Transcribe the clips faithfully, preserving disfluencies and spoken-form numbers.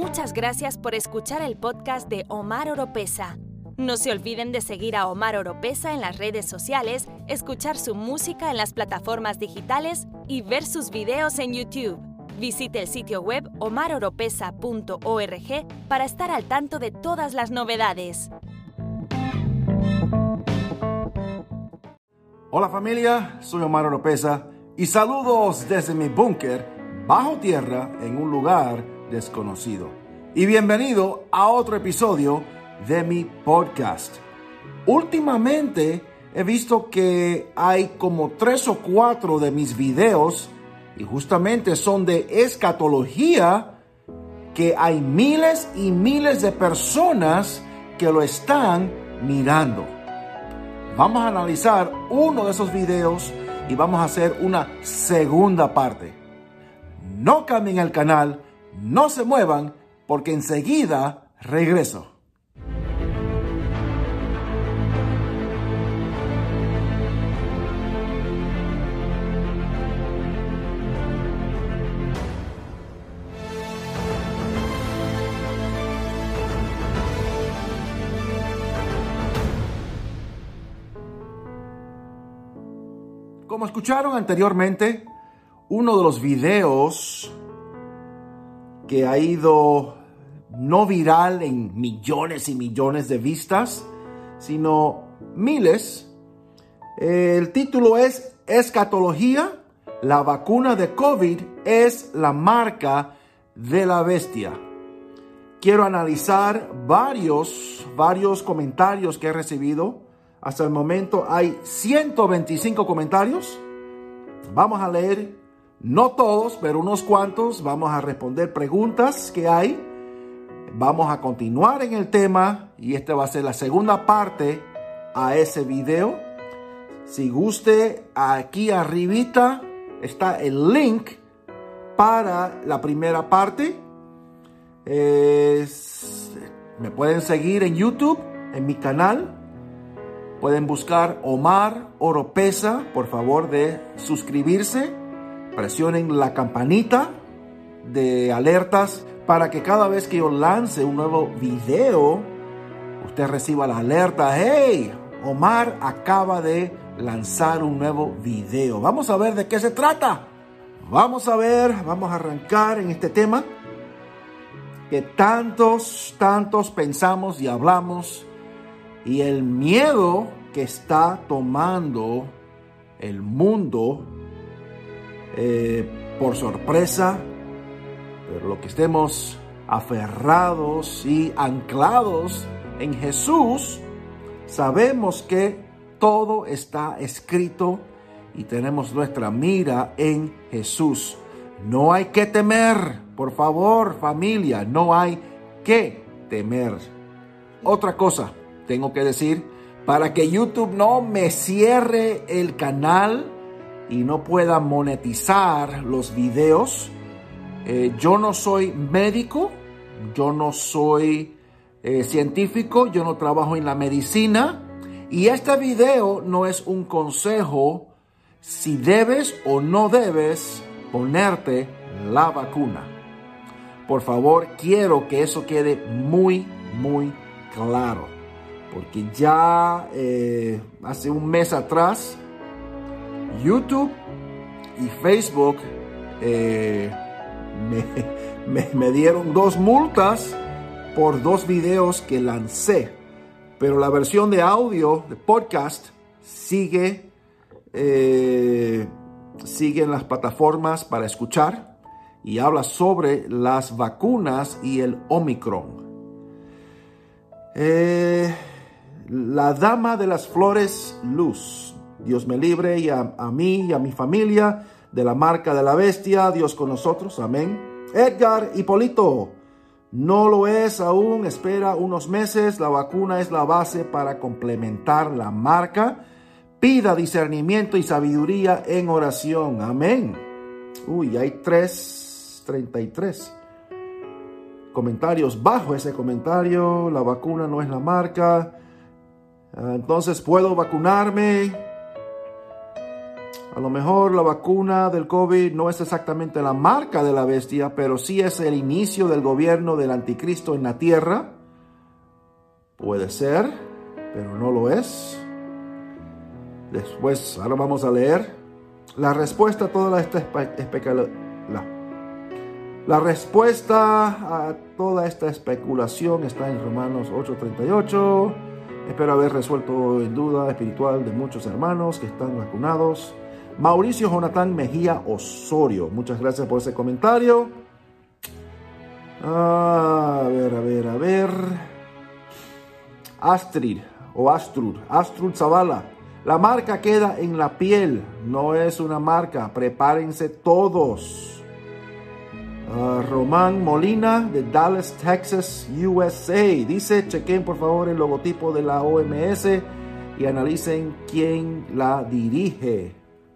Muchas gracias por escuchar el podcast de Omar Oropesa. No se olviden de seguir a Omar Oropesa en las redes sociales, escuchar su música en las plataformas digitales y ver sus videos en YouTube. Visite el sitio web omar oropesa punto org para estar al tanto de todas las novedades. Hola familia, soy Omar Oropesa y saludos desde mi búnker bajo tierra en un lugar desconocido. Y bienvenido a otro episodio de mi podcast. Últimamente he visto que hay como tres o cuatro de mis videos y justamente son de escatología, que hay miles y miles de personas que lo están mirando. Vamos a analizar uno de esos videos y vamos a hacer una segunda parte. No cambien el canal, no se muevan, porque enseguida regreso. Como escucharon anteriormente, uno de los videos que ha ido no viral en millones y millones de vistas, sino miles, eh, el título es Escatología, la vacuna de COVID es la marca de la bestia. Quiero analizar varios, varios comentarios que he recibido. Hasta el momento hay ciento veinticinco comentarios. Vamos a leer, no todos, pero unos cuantos. Vamos a responder preguntas que hay. Vamos a continuar en el tema y esta va a ser la segunda parte a ese video. Si guste, aquí arribita está el link para la primera parte. Es, me pueden seguir en YouTube, en mi canal. Pueden buscar Omar Oropesa, por favor de suscribirse, presionen la campanita de alertas para que cada vez que yo lance un nuevo video, usted reciba la alerta. ¡Hey! Omar acaba de lanzar un nuevo video. Vamos a ver de qué se trata. Vamos a ver, vamos a arrancar en este tema que tantos, tantos pensamos y hablamos. Y el miedo que está tomando el mundo eh, por sorpresa, pero lo que estemos aferrados y anclados en Jesús, sabemos que todo está escrito y tenemos nuestra mira en Jesús. No hay que temer, por favor, familia, no hay que temer. Otra cosa tengo que decir, para que YouTube no me cierre el canal y no pueda monetizar los videos, eh, yo no soy médico, yo no soy eh, científico, yo no trabajo en la medicina y este video no es un consejo si debes o no debes ponerte la vacuna. Por favor, quiero que eso quede muy, muy claro. Porque ya eh, hace un mes atrás, YouTube y Facebook eh, me, me, me dieron dos multas por dos videos que lancé. Pero la versión de audio, de podcast, sigue, eh, sigue en las plataformas para escuchar y habla sobre las vacunas y el Omicron. Eh... La dama de las flores, luz. Dios me libre y a, a mí y a mi familia de la marca de la bestia. Dios con nosotros. Amén. Edgar Hipólito. No lo es aún. Espera unos meses. La vacuna es la base para complementar la marca. Pida discernimiento y sabiduría en oración. Amén. Uy, hay tres treinta y tres comentarios bajo ese comentario. La vacuna no es la marca. Entonces, ¿puedo vacunarme? A lo mejor la vacuna del COVID no es exactamente la marca de la bestia, pero sí es el inicio del gobierno del anticristo en la tierra. Puede ser, pero no lo es. Después, ahora vamos a leer la respuesta a toda esta especulación. La, la respuesta a toda esta especulación está en Romanos ocho treinta y ocho. Espero haber resuelto en duda espiritual de muchos hermanos que están vacunados. Mauricio Jonathan Mejía Osorio, muchas gracias por ese comentario. A ver, a ver, a ver. Astrid o Astrud, Astrud Zavala. La marca queda en la piel, no es una marca. Prepárense todos. Uh, Román Molina de Dallas, Texas, U S A. Dice, chequen por favor el logotipo de la O M S y analicen quién la dirige.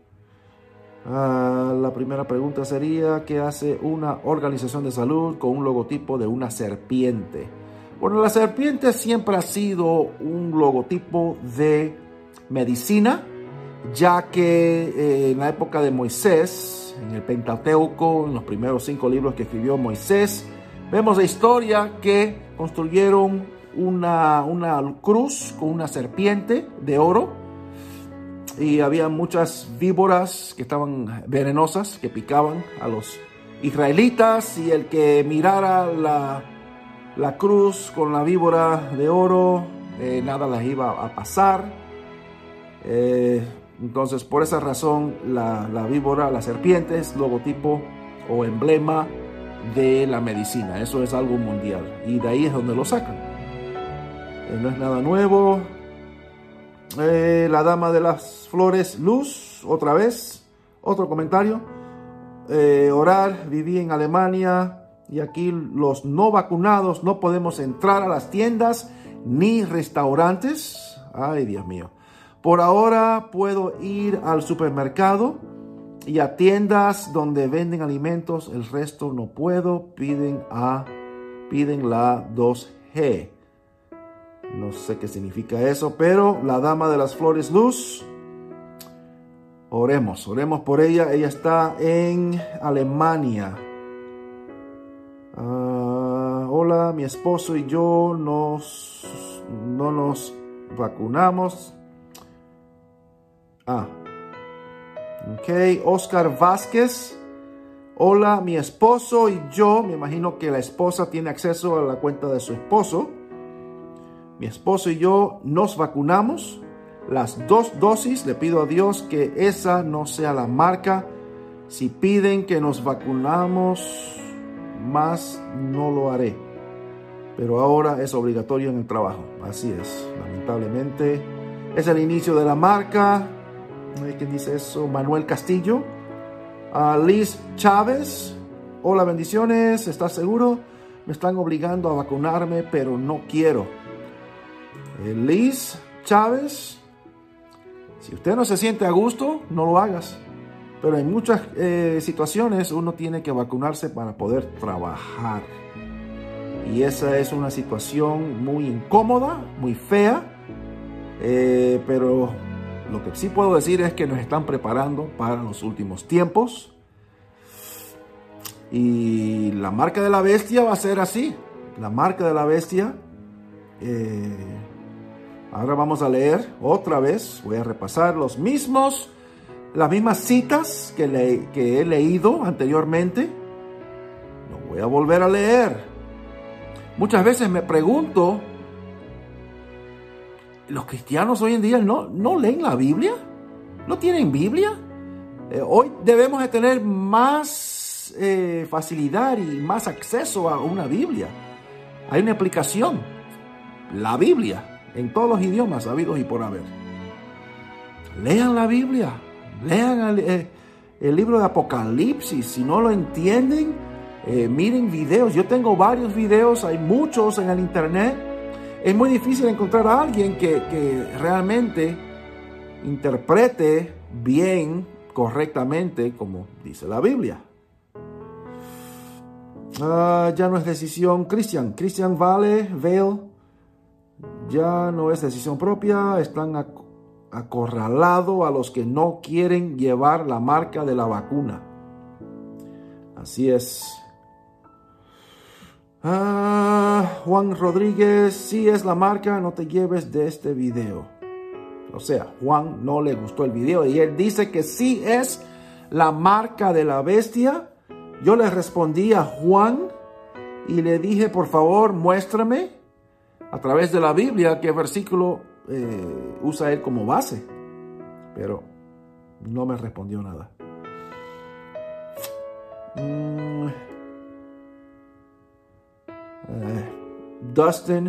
Uh, la primera pregunta sería, ¿qué hace una organización de salud con un logotipo de una serpiente? Bueno, la serpiente siempre ha sido un logotipo de medicina, ya que eh, en la época de Moisés, en el Pentateuco, en los primeros cinco libros que escribió Moisés, vemos la historia que construyeron una, una cruz con una serpiente de oro, y había muchas víboras que estaban venenosas, que picaban a los israelitas, y el que mirara la, la cruz con la víbora de oro, eh, nada les iba a pasar. Eh, entonces, por esa razón, la, la víbora, la serpiente, es logotipo o emblema de la medicina. Eso es algo mundial, y de ahí es donde lo sacan. Eh, no es nada nuevo. Eh, la dama de las flores, Luz, otra vez, otro comentario. Eh, orar, viví en Alemania y aquí los no vacunados no podemos entrar a las tiendas ni restaurantes. Ay, Dios mío. Por ahora puedo ir al supermercado y a tiendas donde venden alimentos, el resto no puedo. Piden, a, piden la dos G. No sé qué significa eso, pero la dama de las flores, Luz, oremos, oremos por ella. Ella está en Alemania. Uh, hola, mi esposo y yo nos, no nos vacunamos. Ah, ok. Oscar Vázquez. Hola, mi esposo y yo. Me imagino que la esposa tiene acceso a la cuenta de su esposo. Mi esposo y yo nos vacunamos. Las dos dosis. Le pido a Dios que esa no sea la marca. Si piden que nos vacunamos más, no lo haré. Pero ahora es obligatorio en el trabajo. Así es, lamentablemente. Es el inicio de la marca. ¿Quién dice eso? Manuel Castillo. Uh, Liz Chávez. Hola, bendiciones. ¿Estás seguro? Me están obligando a vacunarme, pero no quiero. Eh, Liz Chávez. Si usted no se siente a gusto, no lo hagas. Pero en muchas eh, situaciones uno tiene que vacunarse para poder trabajar. Y esa es una situación muy incómoda, muy fea. Eh, pero lo que sí puedo decir es que nos están preparando para los últimos tiempos. Y la marca de la bestia va a ser así. La marca de la bestia. Eh, ahora vamos a leer otra vez. Voy a repasar los mismos, las mismas citas que, le, que he leído anteriormente. Lo voy a volver a leer. Muchas veces me pregunto, ¿los cristianos hoy en día no, no leen la Biblia? ¿No tienen Biblia? Eh, hoy debemos de tener más eh, facilidad y más acceso a una Biblia. Hay una aplicación, la Biblia, en todos los idiomas habidos y por haber. Lean la Biblia, lean el, eh, el libro de Apocalipsis. Si no lo entienden, eh, miren videos. Yo tengo varios videos, hay muchos en el internet. Es muy difícil encontrar a alguien que, que realmente interprete bien, correctamente, como dice la Biblia. Uh, ya no es decisión, Cristian, Cristian Vale, Vale, ya no es decisión propia, están ac- acorralado a los que no quieren llevar la marca de la vacuna. Así es. Ah, Juan Rodríguez, si es la marca, no te lleves de este video. O sea, Juan no le gustó el video y él dice que sí es la marca de la bestia. Yo le respondí a Juan y le dije, por favor, muéstrame a través de la Biblia qué versículo eh, usa él como base. Pero no me respondió nada. Mm. Eh, Dustin,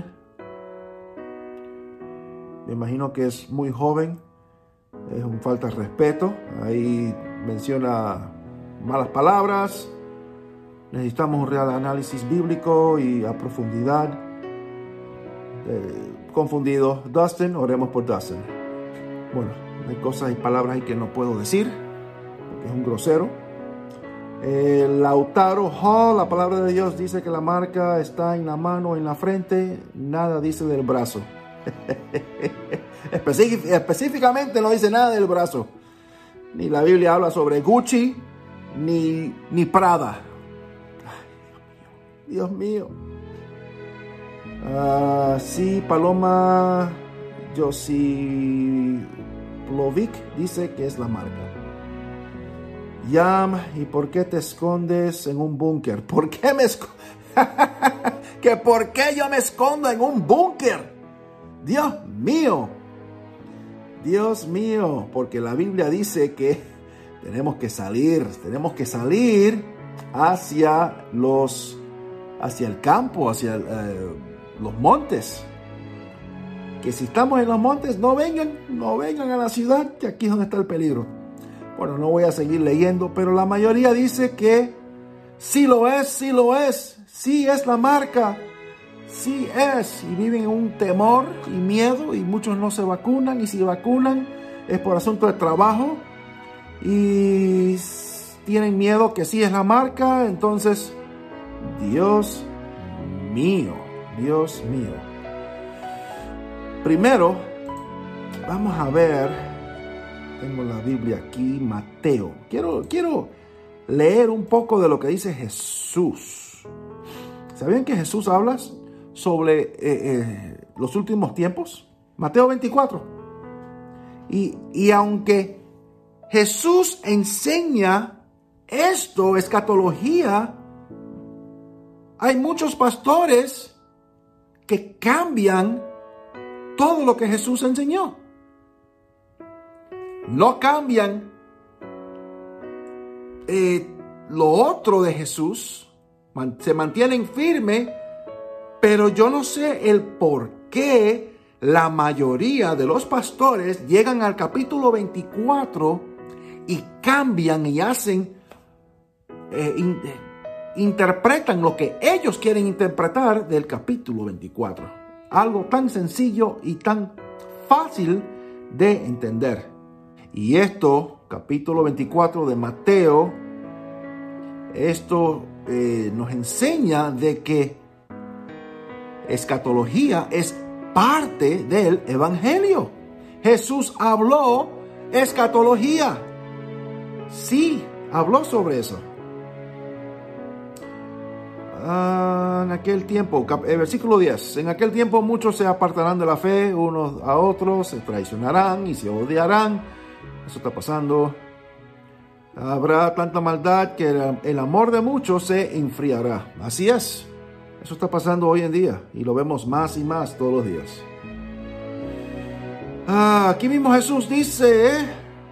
me imagino que es muy joven, es un falta de respeto. Ahí menciona malas palabras. Necesitamos un real análisis bíblico y a profundidad. Eh, confundido. Dustin, oremos por Dustin. Bueno, hay cosas y palabras ahí que no puedo decir porque es un grosero. Eh, Lautaro Hall, la palabra de Dios dice que la marca está en la mano, en la frente, nada dice del brazo. Específic- específicamente no dice nada del brazo. Ni la Biblia habla sobre Gucci, ni, ni Prada. Ay, Dios mío. Uh, sí, Paloma Josiplovic dice que es la marca. Yam, ¿y por qué te escondes en un búnker? ¿Por qué me escondo? ¿Que por qué yo me escondo en un búnker? Dios mío. Dios mío, porque la Biblia dice que tenemos que salir, tenemos que salir hacia los, hacia el campo, hacia eh, los montes. Que si estamos en los montes, no vengan, no vengan a la ciudad, que aquí es donde está el peligro. Bueno, no voy a seguir leyendo, pero la mayoría dice que sí lo es, sí lo es, sí es la marca, sí es. Y viven en un temor y miedo y muchos no se vacunan y si vacunan es por asunto de trabajo y tienen miedo que sí es la marca. Entonces, Dios mío, Dios mío. Primero, vamos a ver. Tengo la Biblia aquí, Mateo. Quiero, quiero leer un poco de lo que dice Jesús. ¿Sabían que Jesús habla sobre eh, eh, los últimos tiempos? Mateo veinticuatro. Y, y aunque Jesús enseña esto, escatología, hay muchos pastores que cambian todo lo que Jesús enseñó. No cambian eh, lo otro de Jesús, man, se mantienen firmes, pero yo no sé el por qué la mayoría de los pastores llegan al capítulo veinticuatro y cambian y hacen, eh, in, eh, interpretan lo que ellos quieren interpretar del capítulo veinticuatro. Algo tan sencillo y tan fácil de entender. Y esto, capítulo veinticuatro de Mateo, esto eh, nos enseña de que escatología es parte del evangelio. Jesús habló escatología. Sí, habló sobre eso. Ah, en aquel tiempo, cap- eh, versículo diez. En aquel tiempo muchos se apartarán de la fe unos a otros, se traicionarán y se odiarán. Eso está pasando. Habrá tanta maldad que el, el amor de muchos se enfriará. Así es. Eso está pasando hoy en día y lo vemos más y más todos los días. Ah, aquí mismo Jesús dice, ¿eh?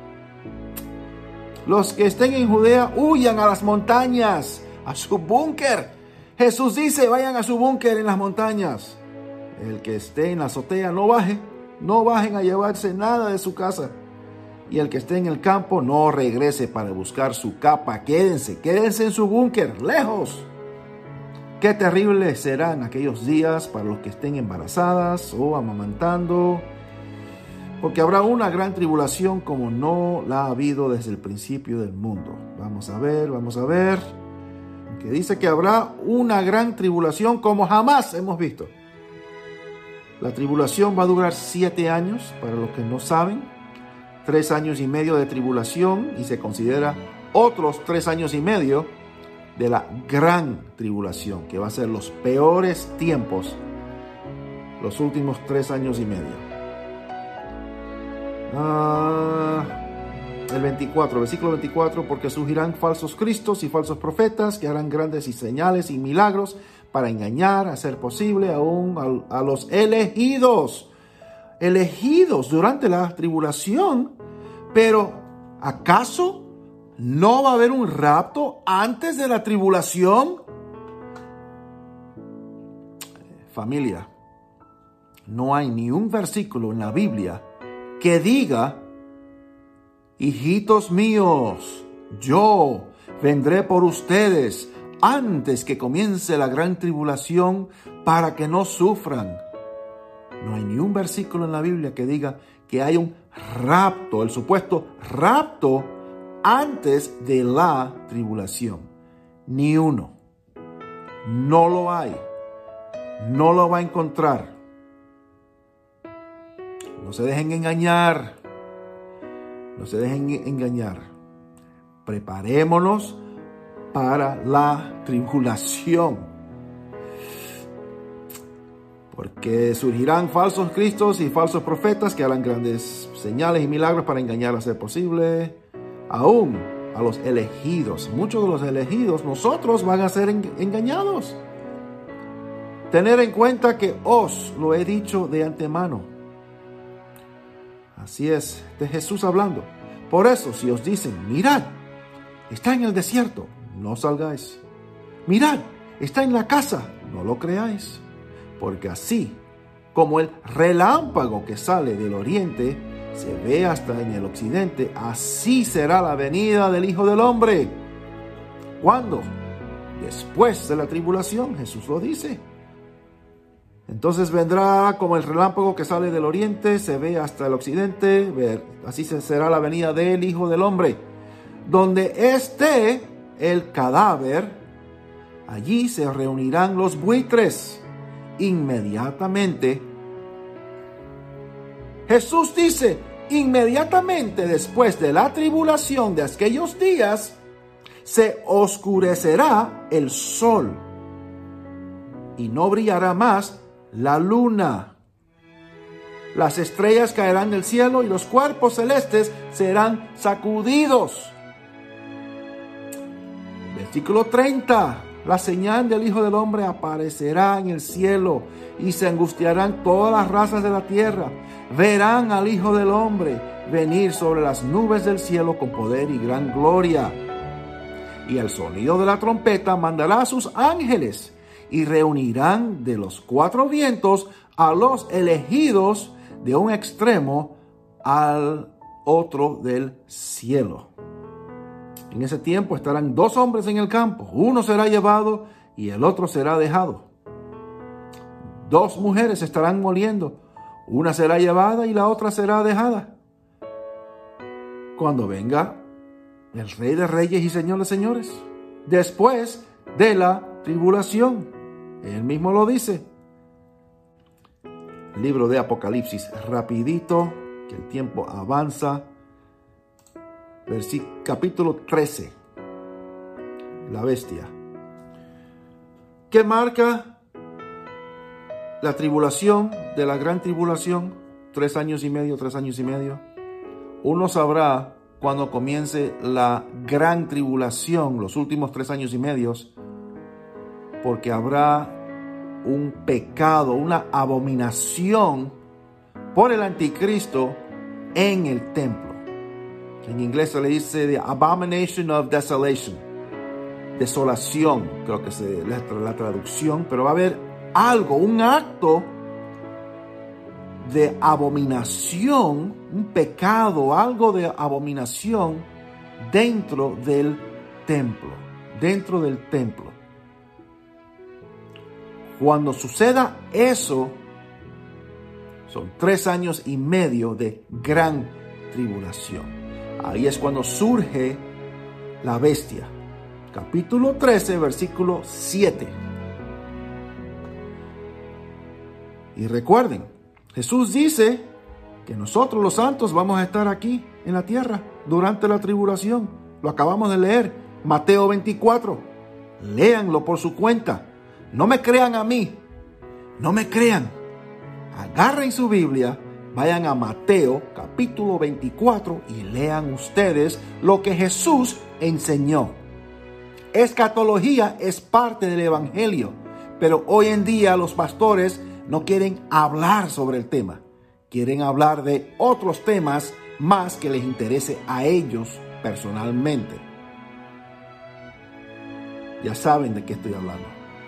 Los que estén en Judea huyan a las montañas, a su búnker. Jesús dice, vayan a su búnker en las montañas. El que esté en la azotea no baje, no bajen a llevarse nada de su casa. Y el que esté en el campo no regrese para buscar su capa. Quédense, quédense en su búnker, lejos. Qué terrible serán aquellos días para los que estén embarazadas o amamantando, porque habrá una gran tribulación como no la ha habido desde el principio del mundo. Vamos a ver, vamos a ver. Que dice que habrá una gran tribulación como jamás hemos visto. La tribulación va a durar siete años, para los que no saben. tres años y medio de tribulación y se considera otros tres años y medio de la gran tribulación, que va a ser los peores tiempos, los últimos tres años y medio. Ah, el veinticuatro, versículo veinticuatro, porque surgirán falsos cristos y falsos profetas que harán grandes y señales y milagros para engañar, a ser posible, aún a, a los elegidos, elegidos durante la tribulación. Pero, ¿acaso no va a haber un rapto antes de la tribulación? Familia, no hay ni un versículo en la Biblia que diga: hijitos míos, yo vendré por ustedes antes que comience la gran tribulación para que no sufran. No hay ni un versículo en la Biblia que diga que hay un rapto, el supuesto rapto antes de la tribulación. Ni uno. No lo hay. No lo va a encontrar. No se dejen engañar. No se dejen engañar. Preparémonos para la tribulación. Porque surgirán falsos cristos y falsos profetas que harán grandes señales y milagros para engañar a ser posible, aún a los elegidos. Muchos de los elegidos, nosotros, van a ser engañados. Tener en cuenta que os lo he dicho de antemano. Así es, de Jesús hablando. Por eso, si os dicen: mirad, está en el desierto, no salgáis. Mirad, está en la casa, no lo creáis. Porque así como el relámpago que sale del oriente se ve hasta en el occidente, así será la venida del Hijo del Hombre. ¿Cuándo? Después de la tribulación, Jesús lo dice. Entonces vendrá como el relámpago que sale del oriente, se ve hasta el occidente, ver, así será la venida del Hijo del Hombre. Donde esté el cadáver, allí se reunirán los buitres. Inmediatamente, Jesús dice, inmediatamente después de la tribulación de aquellos días, se oscurecerá el sol y no brillará más la luna. Las estrellas caerán del cielo y los cuerpos celestes serán sacudidos. Versículo treinta. La señal del Hijo del Hombre aparecerá en el cielo y se angustiarán todas las razas de la tierra. Verán al Hijo del Hombre venir sobre las nubes del cielo con poder y gran gloria. Y al sonido de la trompeta mandará a sus ángeles y reunirán de los cuatro vientos a los elegidos de un extremo al otro del cielo. En ese tiempo estarán dos hombres en el campo, uno será llevado y el otro será dejado. Dos mujeres estarán moliendo, una será llevada y la otra será dejada. Cuando venga el Rey de Reyes y Señor de Señores, después de la tribulación, él mismo lo dice. Libro de Apocalipsis, rapidito, que el tiempo avanza. Versículo, capítulo trece. La bestia. ¿Qué marca la tribulación de la gran tribulación? Tres años y medio, tres años y medio. Uno sabrá cuando comience la gran tribulación, los últimos tres años y medios, porque habrá un pecado, una abominación por el anticristo en el templo. En inglés se le dice the abomination of desolation. Desolación, creo que es la, la traducción, pero va a haber algo, un acto de abominación, un pecado, algo de abominación dentro del templo, dentro del templo. Cuando suceda eso, son tres años y medio de gran tribulación. Ahí es cuando surge la bestia. Capítulo trece, versículo siete. Y recuerden, Jesús dice que nosotros los santos vamos a estar aquí en la tierra durante la tribulación. Lo acabamos de leer, Mateo veinticuatro. Léanlo por su cuenta. No me crean a mí. No me crean. Agarren su Biblia, vayan a Mateo capítulo veinticuatro y lean ustedes lo que Jesús enseñó. Escatología es parte del evangelio, pero hoy en día los pastores no quieren hablar sobre el tema. Quieren hablar de otros temas más que les interese a ellos personalmente. Ya saben de qué estoy hablando.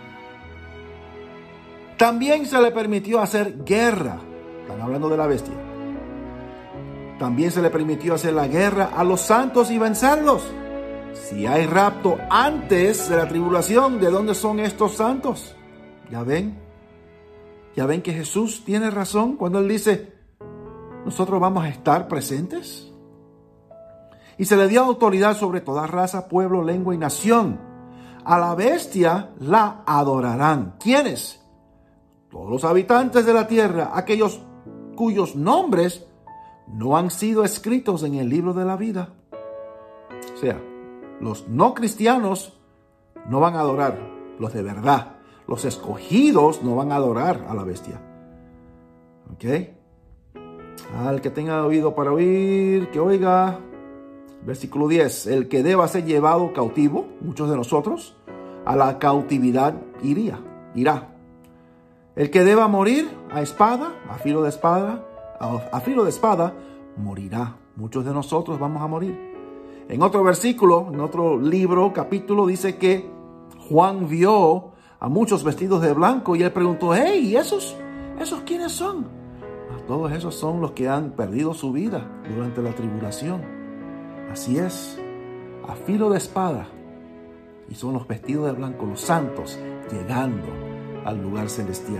También se le permitió hacer guerra. Están hablando de la bestia. También se le permitió hacer la guerra a los santos y vencerlos. Si hay rapto antes de la tribulación, ¿de dónde son estos santos? ¿Ya ven? ¿Ya ven que Jesús tiene razón cuando Él dice, nosotros vamos a estar presentes? Y se le dio autoridad sobre toda raza, pueblo, lengua y nación. A la bestia la adorarán. ¿Quiénes? Todos los habitantes de la tierra, aquellos cuyos nombres no han sido escritos en el libro de la vida. O sea, los no cristianos no van a adorar, los de verdad. Los escogidos no van a adorar a la bestia. ¿Ok? Al que tenga oído para oír, que oiga. Versículo diez. El que deba ser llevado cautivo, muchos de nosotros, a la cautividad iría, irá. El que deba morir a espada, a filo de espada, a, a filo de espada, morirá. Muchos de nosotros vamos a morir. En otro versículo, en otro libro, capítulo, dice que Juan vio a muchos vestidos de blanco y él preguntó, hey, ¿y esos, esos quiénes son? Todos esos son los que han perdido su vida durante la tribulación. Así es, a filo de espada. Y son los vestidos de blanco, los santos, llegando al lugar celestial.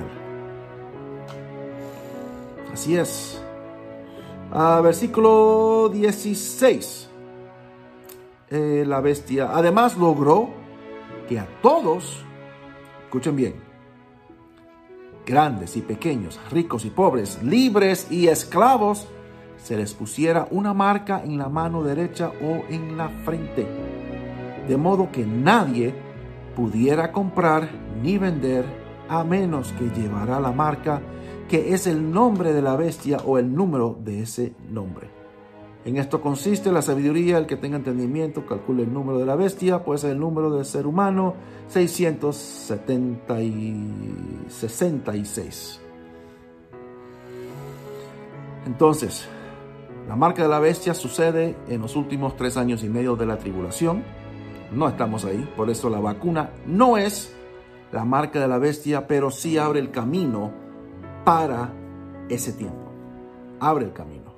Así es. Ah, versículo dieciséis. Eh, la bestia además logró que a todos, escuchen bien, grandes y pequeños, ricos y pobres, libres y esclavos, se les pusiera una marca en la mano derecha o en la frente, de modo que nadie pudiera comprar ni vender a menos que llevara la marca, que es el nombre de la bestia o el número de ese nombre. En esto consiste la sabiduría. El que tenga entendimiento calcule el número de la bestia, pues el número del ser humano seiscientos sesenta y seis. Entonces, la marca de la bestia sucede en los últimos tres años y medio de la tribulación. No estamos ahí, por eso la vacuna no es la marca de la bestia, pero sí abre el camino para ese tiempo. Abre el camino.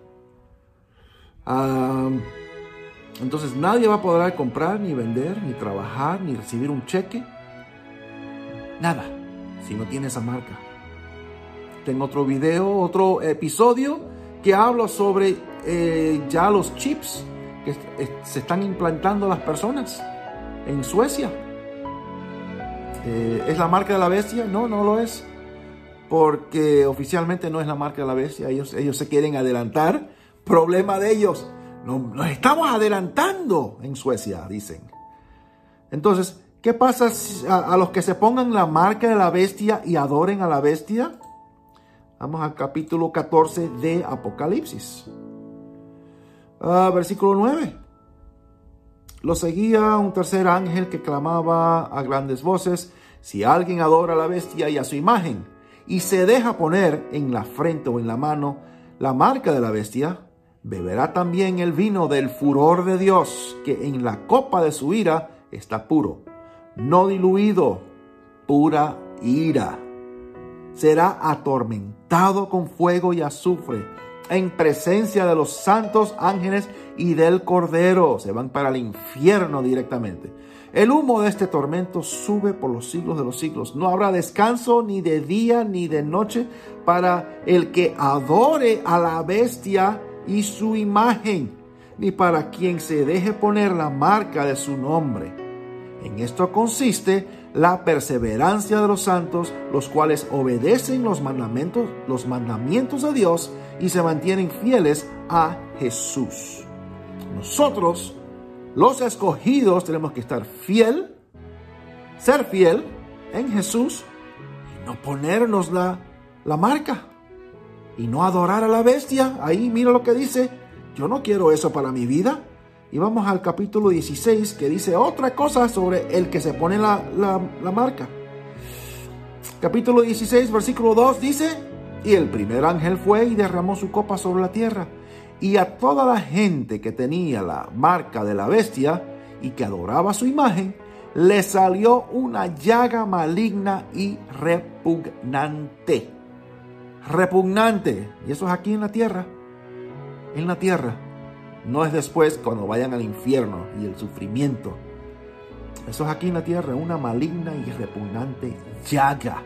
Uh, entonces nadie va a poder comprar, ni vender, ni trabajar, ni recibir un cheque. Nada, si no tiene esa marca. Tengo otro video, otro episodio que habla sobre eh, ya los chips que est- se están implantando a las personas en Suecia. Eh, ¿Es la marca de la bestia? No, no lo es. Porque oficialmente no es la marca de la bestia. Ellos, ellos se quieren adelantar. Problema de ellos. Nos, nos estamos adelantando en Suecia, dicen. Entonces, ¿qué pasa si a, a los que se pongan la marca de la bestia y adoren a la bestia? Vamos al capítulo catorce de Apocalipsis. Uh, versículo nueve. Lo seguía un tercer ángel que clamaba a grandes voces: si alguien adora a la bestia y a su imagen, y se deja poner en la frente o en la mano la marca de la bestia, beberá también el vino del furor de Dios, que en la copa de su ira está puro, no diluido, pura ira. Será atormentado con fuego y azufre en presencia de los santos ángeles y del Cordero. Se van para el infierno directamente. El humo de este tormento sube por los siglos de los siglos. No habrá descanso ni de día ni de noche para el que adore a la bestia y su imagen, ni para quien se deje poner la marca de su nombre. En esto consiste la perseverancia de los santos, los cuales obedecen los mandamientos, los mandamientos de Dios y se mantienen fieles a Jesús. Nosotros, los escogidos, tenemos que estar fiel, ser fiel en Jesús y no ponernos la, la marca y no adorar a la bestia. Ahí mira lo que dice. Yo no quiero eso para mi vida. Y vamos al capítulo dieciséis, que dice otra cosa sobre el que se pone la, la, la marca. Capítulo dieciséis, versículo dos dice: y el primer ángel fue y derramó su copa sobre la tierra, y a toda la gente que tenía la marca de la bestia y que adoraba su imagen, le salió una llaga maligna y repugnante. Repugnante. Y eso es aquí en la tierra. En la tierra. No es después cuando vayan al infierno y el sufrimiento. Eso es aquí en la tierra, una maligna y repugnante llaga.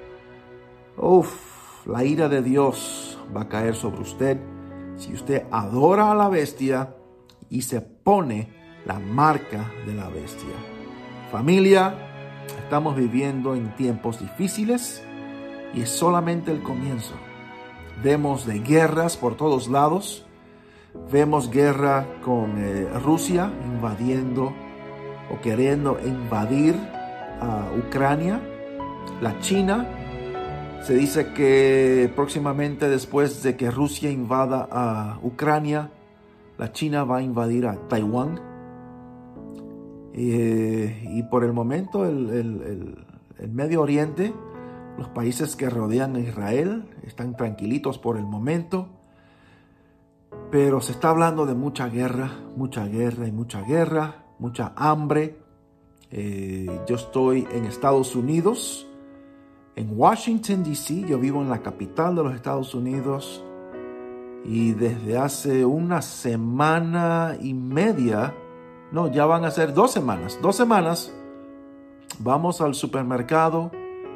Uf, la ira de Dios va a caer sobre usted si usted adora a la bestia y se pone la marca de la bestia. Familia, estamos viviendo en tiempos difíciles y es solamente el comienzo. Vemos de guerras por todos lados. Vemos guerra con eh, Rusia invadiendo o queriendo invadir a Ucrania. La China, se dice que próximamente después de que Rusia invada a Ucrania, la China va a invadir a Taiwán. Eh, y por el momento el, el, el, el Medio Oriente, los países que rodean a Israel están tranquilitos por el momento. Pero se está hablando de mucha guerra, mucha guerra y mucha guerra, mucha hambre. Eh, yo estoy en Estados Unidos, en Washington, D C Yo vivo en la capital de los Estados Unidos. Y desde hace una semana y media, no, ya van a ser dos semanas, dos semanas, vamos al supermercado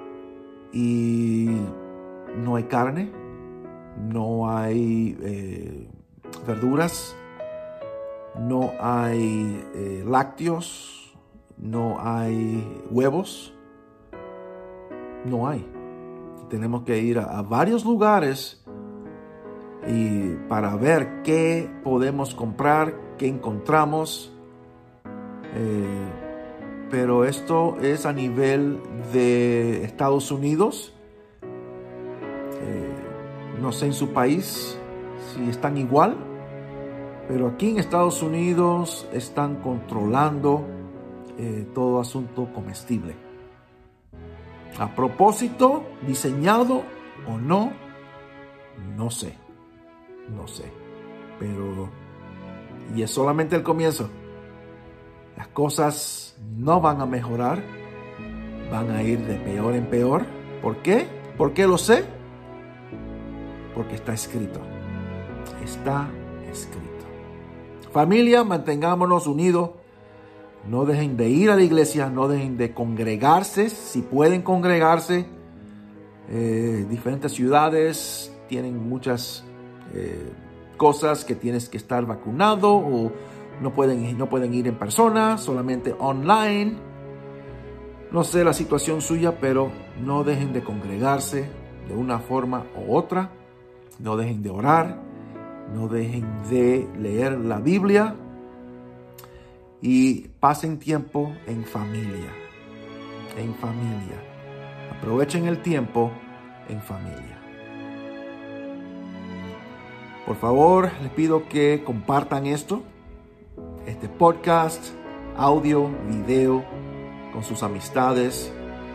y no hay carne, no hay Eh, verduras, no hay eh, lácteos, no hay huevos, no hay. Tenemos que ir a, a varios lugares y para ver qué podemos comprar, qué encontramos. Eh, pero esto es a nivel de Estados Unidos. Eh, no sé en su país si están igual, pero aquí en Estados Unidos están controlando eh, todo asunto comestible. A propósito, diseñado o no, no sé, no sé, pero y es solamente el comienzo. Las cosas no van a mejorar, van a ir de peor en peor. ¿Por qué? ¿Por qué lo sé? Porque está escrito. Está escrito. Familia, mantengámonos unidos. No dejen de ir a la iglesia, no dejen de congregarse. Si pueden congregarse, eh, diferentes ciudades tienen muchas eh, cosas que tienes que estar vacunado o no pueden, no pueden ir en persona, solamente online. No sé la situación suya, pero no dejen de congregarse de una forma u otra. No dejen de orar. No dejen de leer la Biblia y pasen tiempo en familia, en familia. Aprovechen el tiempo en familia. Por favor, les pido que compartan esto, este podcast, audio, video, con sus amistades,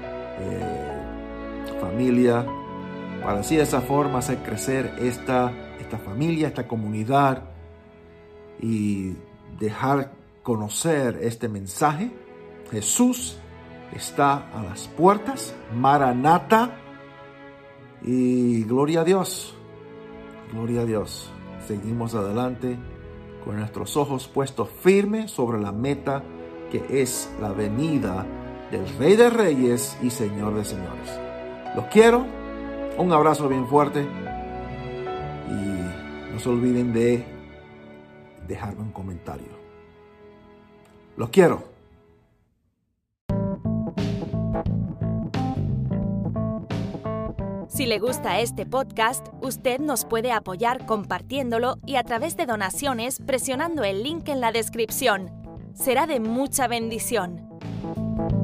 eh, familia, para así de esa forma hacer crecer esta esta familia, esta comunidad y dejar conocer este mensaje. Jesús está a las puertas, Maranata, y gloria a Dios, gloria a Dios. Seguimos adelante con nuestros ojos puestos firmes sobre la meta que es la venida del Rey de Reyes y Señor de Señores. Los quiero, un abrazo bien fuerte. Y no se olviden de dejarme un comentario. Los quiero. Si Si le gusta este podcast, usted nos puede apoyar compartiéndolo y a través de donaciones presionando el link en la descripción. Será de mucha bendición.